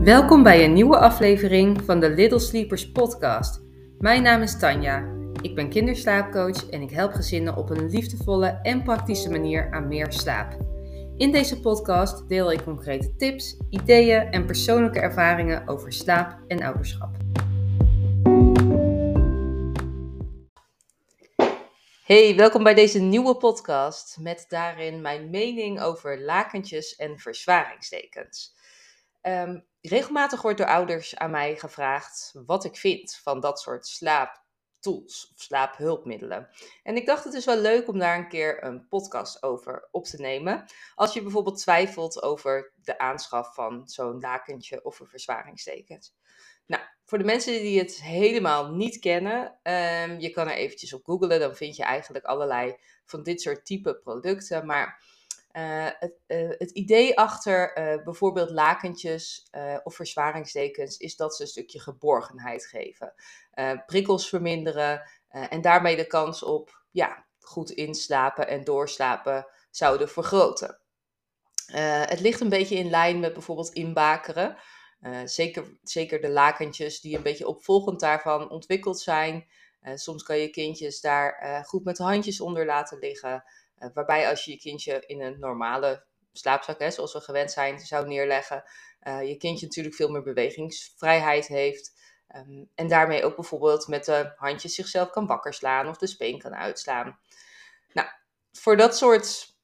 Welkom bij een nieuwe aflevering van de Little Sleepers podcast. Mijn naam is Tanja. Ik ben kinderslaapcoach en ik help gezinnen op een liefdevolle en praktische manier aan meer slaap. In deze podcast deel ik concrete tips, ideeën en persoonlijke ervaringen over slaap en ouderschap. Hey, welkom bij deze nieuwe podcast met daarin mijn mening over lakentjes en verzwaringsdekens. Regelmatig wordt door ouders aan mij gevraagd wat ik vind van dat soort slaaptools of slaaphulpmiddelen. En ik dacht het is wel leuk om daar een keer een podcast over op te nemen. Als je bijvoorbeeld twijfelt over de aanschaf van zo'n lakentje of een verzwaringsdeken. Nou, voor de mensen die het helemaal niet kennen, je kan er eventjes op googlen, dan vind je eigenlijk allerlei van dit soort type producten. Maar het idee achter bijvoorbeeld lakentjes of verzwaringsdekens is dat ze een stukje geborgenheid geven. Prikkels verminderen en daarmee de kans op goed inslapen en doorslapen zouden vergroten. Het ligt een beetje in lijn met bijvoorbeeld inbakeren. Zeker de lakentjes die een beetje opvolgend daarvan ontwikkeld zijn. Soms kan je kindjes daar goed met de handjes onder laten liggen. Waarbij als je je kindje in een normale slaapzak, zoals we gewend zijn, zou neerleggen, je kindje natuurlijk veel meer bewegingsvrijheid heeft. En daarmee ook bijvoorbeeld met de handjes zichzelf kan wakker slaan of de speen kan uitslaan. Nou, voor dat soort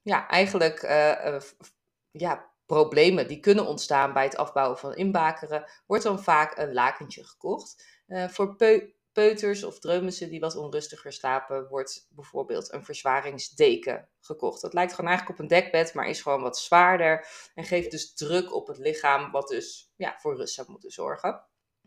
problemen die kunnen ontstaan bij het afbouwen van inbakeren, wordt dan vaak een lakentje gekocht. Voor peuters of dreumissen die wat onrustiger slapen, wordt bijvoorbeeld een verzwaringsdeken gekocht. Dat lijkt gewoon eigenlijk op een dekbed, maar is gewoon wat zwaarder en geeft dus druk op het lichaam, wat dus voor rust zou moeten zorgen.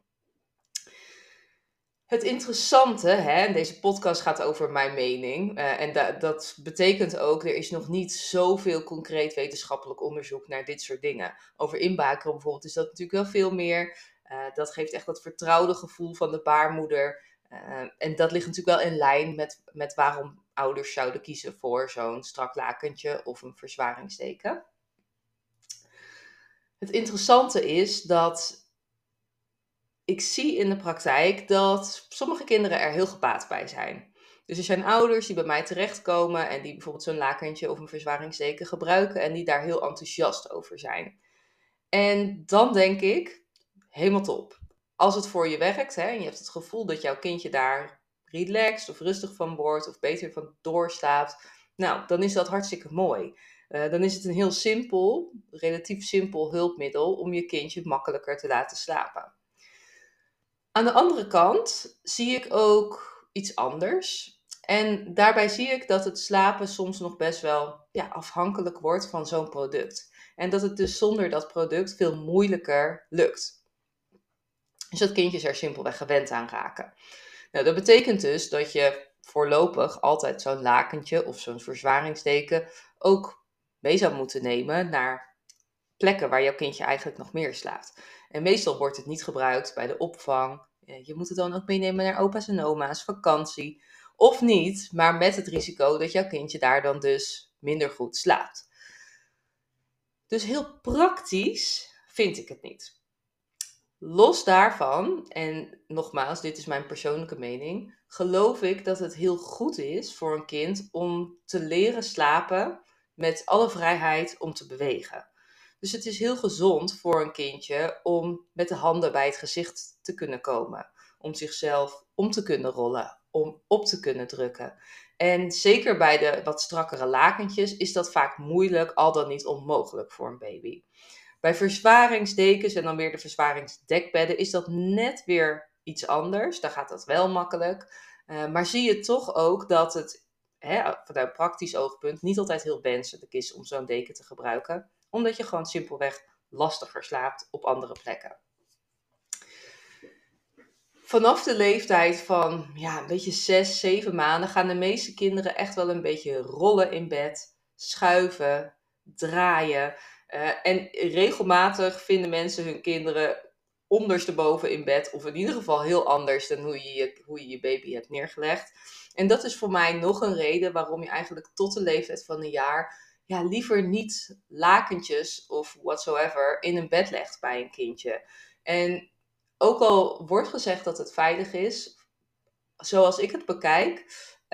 Het interessante, en deze podcast gaat over mijn mening, en dat betekent ook, er is nog niet zoveel concreet wetenschappelijk onderzoek naar dit soort dingen. Over inbakeren bijvoorbeeld is dat natuurlijk wel veel meer. Dat geeft echt dat vertrouwde gevoel van de baarmoeder. En dat ligt natuurlijk wel in lijn met waarom ouders zouden kiezen voor zo'n strak lakentje of een verzwaringsdeken. Het interessante is dat ik zie in de praktijk dat sommige kinderen er heel gebaat bij zijn. Dus er zijn ouders die bij mij terechtkomen en die bijvoorbeeld zo'n lakentje of een verzwaringsdeken gebruiken en die daar heel enthousiast over zijn. En dan denk ik, helemaal top. Als het voor je werkt en je hebt het gevoel dat jouw kindje daar relaxed of rustig van wordt of beter van doorslaapt, nou, dan is dat hartstikke mooi. Dan is het een heel relatief simpel hulpmiddel om je kindje makkelijker te laten slapen. Aan de andere kant zie ik ook iets anders. En daarbij zie ik dat het slapen soms nog best wel afhankelijk wordt van zo'n product. En dat het dus zonder dat product veel moeilijker lukt. Dus dat kindjes er simpelweg gewend aan raken. Nou, dat betekent dus dat je voorlopig altijd zo'n lakentje of zo'n verzwaringsdeken ook mee zou moeten nemen naar plekken waar jouw kindje eigenlijk nog meer slaapt. En meestal wordt het niet gebruikt bij de opvang. Je moet het dan ook meenemen naar opa's en oma's, vakantie. Of niet, maar met het risico dat jouw kindje daar dan dus minder goed slaapt. Dus heel praktisch vind ik het niet. Los daarvan, en nogmaals, dit is mijn persoonlijke mening, geloof ik dat het heel goed is voor een kind om te leren slapen met alle vrijheid om te bewegen. Dus het is heel gezond voor een kindje om met de handen bij het gezicht te kunnen komen. Om zichzelf om te kunnen rollen, om op te kunnen drukken. En zeker bij de wat strakkere lakentjes is dat vaak moeilijk, al dan niet onmogelijk voor een baby. Bij verzwaringsdekens en dan weer de verzwaringsdekbedden is dat net weer iets anders. Daar gaat dat wel makkelijk. Maar zie je toch ook dat het vanuit een praktisch oogpunt niet altijd heel wenselijk is om zo'n deken te gebruiken. Omdat je gewoon simpelweg lastiger slaapt op andere plekken. Vanaf de leeftijd van een beetje 6, 7 maanden gaan de meeste kinderen echt wel een beetje rollen in bed, schuiven, draaien. En regelmatig vinden mensen hun kinderen ondersteboven in bed, of in ieder geval heel anders dan hoe je je baby hebt neergelegd. En dat is voor mij nog een reden waarom je eigenlijk tot de leeftijd van een jaar liever niet lakentjes of whatsoever in een bed legt bij een kindje. En ook al wordt gezegd dat het veilig is, zoals ik het bekijk,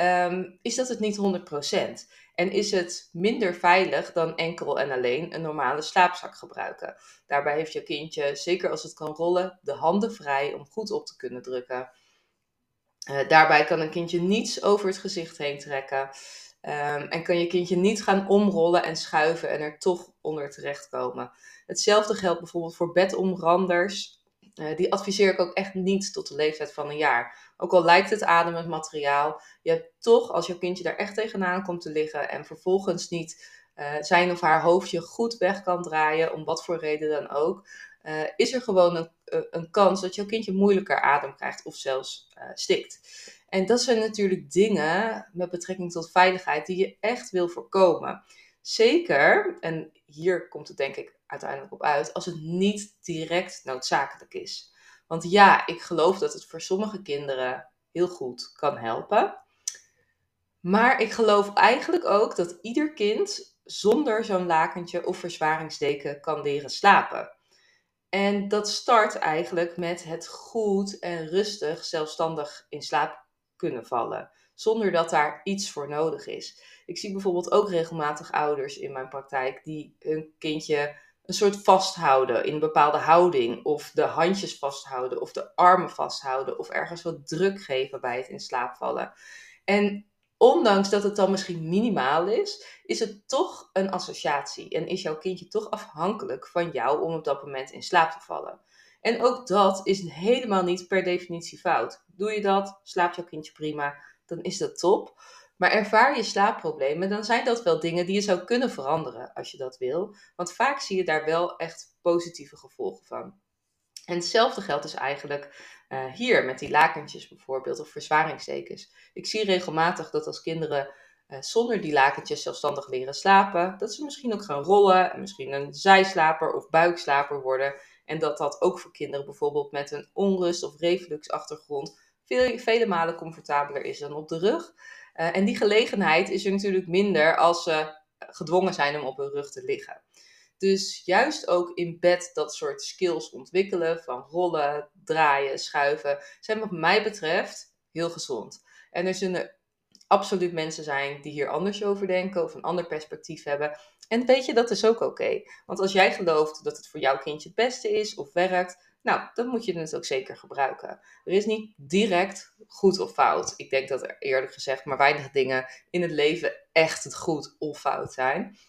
is dat het niet 100%. En is het minder veilig dan enkel en alleen een normale slaapzak gebruiken. Daarbij heeft je kindje, zeker als het kan rollen, de handen vrij om goed op te kunnen drukken. Daarbij kan een kindje niets over het gezicht heen trekken. En kan je kindje niet gaan omrollen en schuiven en er toch onder terechtkomen. Hetzelfde geldt bijvoorbeeld voor bedomranders. Die adviseer ik ook echt niet tot de leeftijd van een jaar. Ook al lijkt het ademend materiaal, je hebt toch, als jouw kindje daar echt tegenaan komt te liggen en vervolgens niet zijn of haar hoofdje goed weg kan draaien, om wat voor reden dan ook, is er gewoon een kans dat jouw kindje moeilijker adem krijgt of zelfs stikt. En dat zijn natuurlijk dingen met betrekking tot veiligheid die je echt wil voorkomen. Zeker, en hier komt het denk ik uiteindelijk op uit, als het niet direct noodzakelijk is. Want ja, ik geloof dat het voor sommige kinderen heel goed kan helpen. Maar ik geloof eigenlijk ook dat ieder kind zonder zo'n lakentje of verzwaringsdeken kan leren slapen. En dat start eigenlijk met het goed en rustig zelfstandig in slaap kunnen vallen, zonder dat daar iets voor nodig is. Ik zie bijvoorbeeld ook regelmatig ouders in mijn praktijk die hun kindje een soort vasthouden in een bepaalde houding, of de handjes vasthouden, of de armen vasthouden, of ergens wat druk geven bij het in slaap vallen. En ondanks dat het dan misschien minimaal is het toch een associatie. En is jouw kindje toch afhankelijk van jou om op dat moment in slaap te vallen. En ook dat is helemaal niet per definitie fout. Doe je dat, slaapt jouw kindje prima, dan is dat top. Maar ervaar je slaapproblemen, dan zijn dat wel dingen die je zou kunnen veranderen als je dat wil. Want vaak zie je daar wel echt positieve gevolgen van. En hetzelfde geldt dus eigenlijk hier met die lakentjes bijvoorbeeld of verzwaringsdekens. Ik zie regelmatig dat als kinderen zonder die lakentjes zelfstandig leren slapen, dat ze misschien ook gaan rollen en misschien een zijslaper of buikslaper worden. En dat dat ook voor kinderen bijvoorbeeld met een onrust of refluxachtergrond vele malen comfortabeler is dan op de rug. En die gelegenheid is er natuurlijk minder als ze gedwongen zijn om op hun rug te liggen. Dus juist ook in bed dat soort skills ontwikkelen van rollen, draaien, schuiven, zijn wat mij betreft heel gezond. En er zullen absoluut mensen zijn die hier anders over denken of een ander perspectief hebben. En weet je, dat is ook oké. Want als jij gelooft dat het voor jouw kindje het beste is of werkt, nou, dan moet je het ook zeker gebruiken. Er is niet direct goed of fout. Ik denk dat er eerlijk gezegd maar weinig dingen in het leven echt het goed of fout zijn.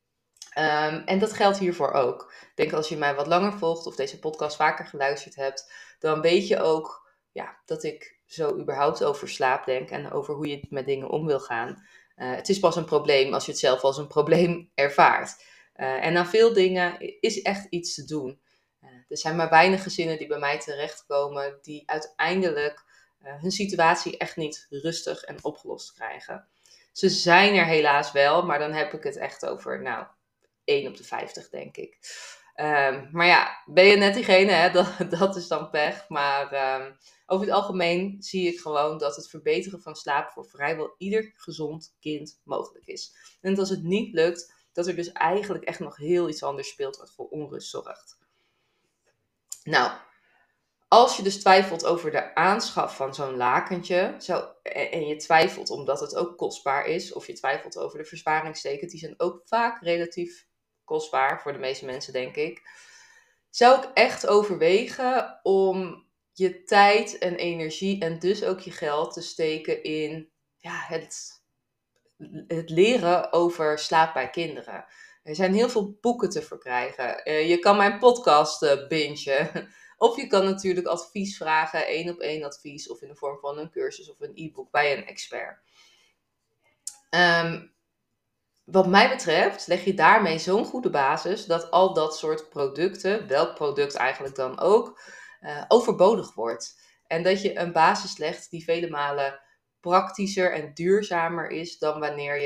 En dat geldt hiervoor ook. Ik denk als je mij wat langer volgt of deze podcast vaker geluisterd hebt, dan weet je ook dat ik zo überhaupt over slaap denk en over hoe je met dingen om wil gaan. Het is pas een probleem als je het zelf als een probleem ervaart. En aan veel dingen is echt iets te doen. Er zijn maar weinig gezinnen die bij mij terechtkomen die uiteindelijk hun situatie echt niet rustig en opgelost krijgen. Ze zijn er helaas wel, maar dan heb ik het echt over, 1 op de 50, denk ik. Maar ja, ben je net diegene, hè? Dat is dan pech. Maar over het algemeen zie ik gewoon dat het verbeteren van slaap voor vrijwel ieder gezond kind mogelijk is. En als het niet lukt, dat er dus eigenlijk echt nog heel iets anders speelt wat voor onrust zorgt. Nou, als je dus twijfelt over de aanschaf van zo'n lakentje, en je twijfelt omdat het ook kostbaar is, of je twijfelt over de verzwaringsdekens, die zijn ook vaak relatief kostbaar voor de meeste mensen, denk ik, zou ik echt overwegen om je tijd en energie en dus ook je geld te steken in het leren over slaap bij kinderen. Er zijn heel veel boeken te verkrijgen. Je kan mijn podcast bingen. Of je kan natuurlijk advies vragen, 1-op-1 advies, of in de vorm van een cursus of een e-book bij een expert. Wat mij betreft leg je daarmee zo'n goede basis dat al dat soort producten, welk product eigenlijk dan ook, overbodig wordt. En dat je een basis legt die vele malen praktischer en duurzamer is dan wanneer je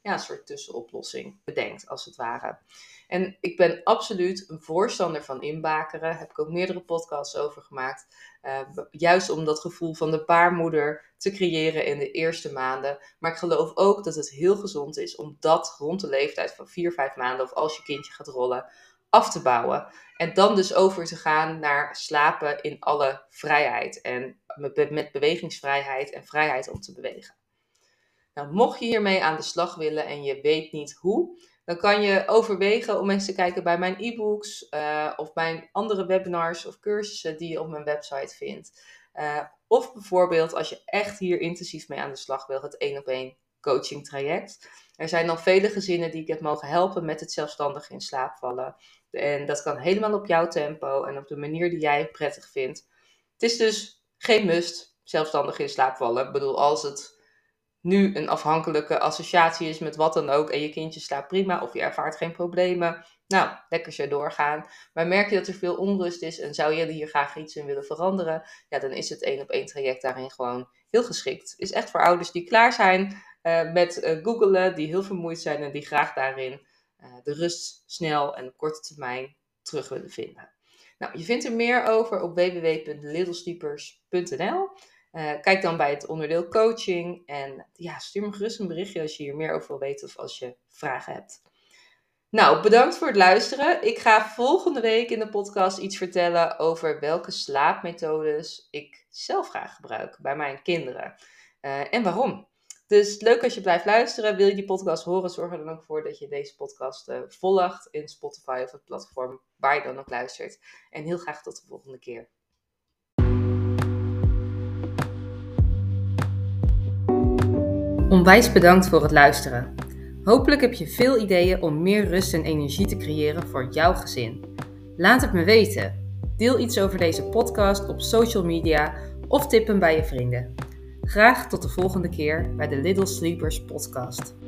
een soort tussenoplossing bedenkt, als het ware. En ik ben absoluut een voorstander van inbakeren. Daar heb ik ook meerdere podcasts over gemaakt. Juist om dat gevoel van de baarmoeder te creëren in de eerste maanden. Maar ik geloof ook dat het heel gezond is om dat rond de leeftijd van 4-5 maanden, of als je kindje gaat rollen, af te bouwen. En dan dus over te gaan naar slapen in alle vrijheid. En met bewegingsvrijheid en vrijheid om te bewegen. Nou, mocht je hiermee aan de slag willen en je weet niet hoe, dan kan je overwegen om eens te kijken bij mijn e-books of mijn andere webinars of cursussen die je op mijn website vindt. Of bijvoorbeeld als je echt hier intensief mee aan de slag wil, het 1-op-1 coaching traject. Er zijn al vele gezinnen die ik heb mogen helpen met het zelfstandig in slaap vallen. En dat kan helemaal op jouw tempo en op de manier die jij prettig vindt. Het is dus geen must, zelfstandig in slaap vallen. Ik bedoel, als het nu een afhankelijke associatie is met wat dan ook en je kindje slaapt prima of je ervaart geen problemen, nou, lekker zo doorgaan. Maar merk je dat er veel onrust is en zou je hier graag iets in willen veranderen, ja, dan is het 1-op-1 traject daarin gewoon heel geschikt. Is echt voor ouders die klaar zijn met googelen, die heel vermoeid zijn en die graag daarin de rust snel en op korte termijn terug willen vinden. Nou, je vindt er meer over op www.littlesleepers.nl. Kijk dan bij het onderdeel coaching en ja, stuur me gerust een berichtje als je hier meer over wil weten of als je vragen hebt. Nou, bedankt voor het luisteren. Ik ga volgende week in de podcast iets vertellen over welke slaapmethodes ik zelf graag gebruik bij mijn kinderen. En waarom. Dus leuk als je blijft luisteren. Wil je die podcast horen, zorg er dan ook voor dat je deze podcast volgt in Spotify of het platform waar je dan ook luistert. En heel graag tot de volgende keer. Onwijs bedankt voor het luisteren. Hopelijk heb je veel ideeën om meer rust en energie te creëren voor jouw gezin. Laat het me weten. Deel iets over deze podcast op social media of tip hem bij je vrienden. Graag tot de volgende keer bij de Little Sleepers podcast.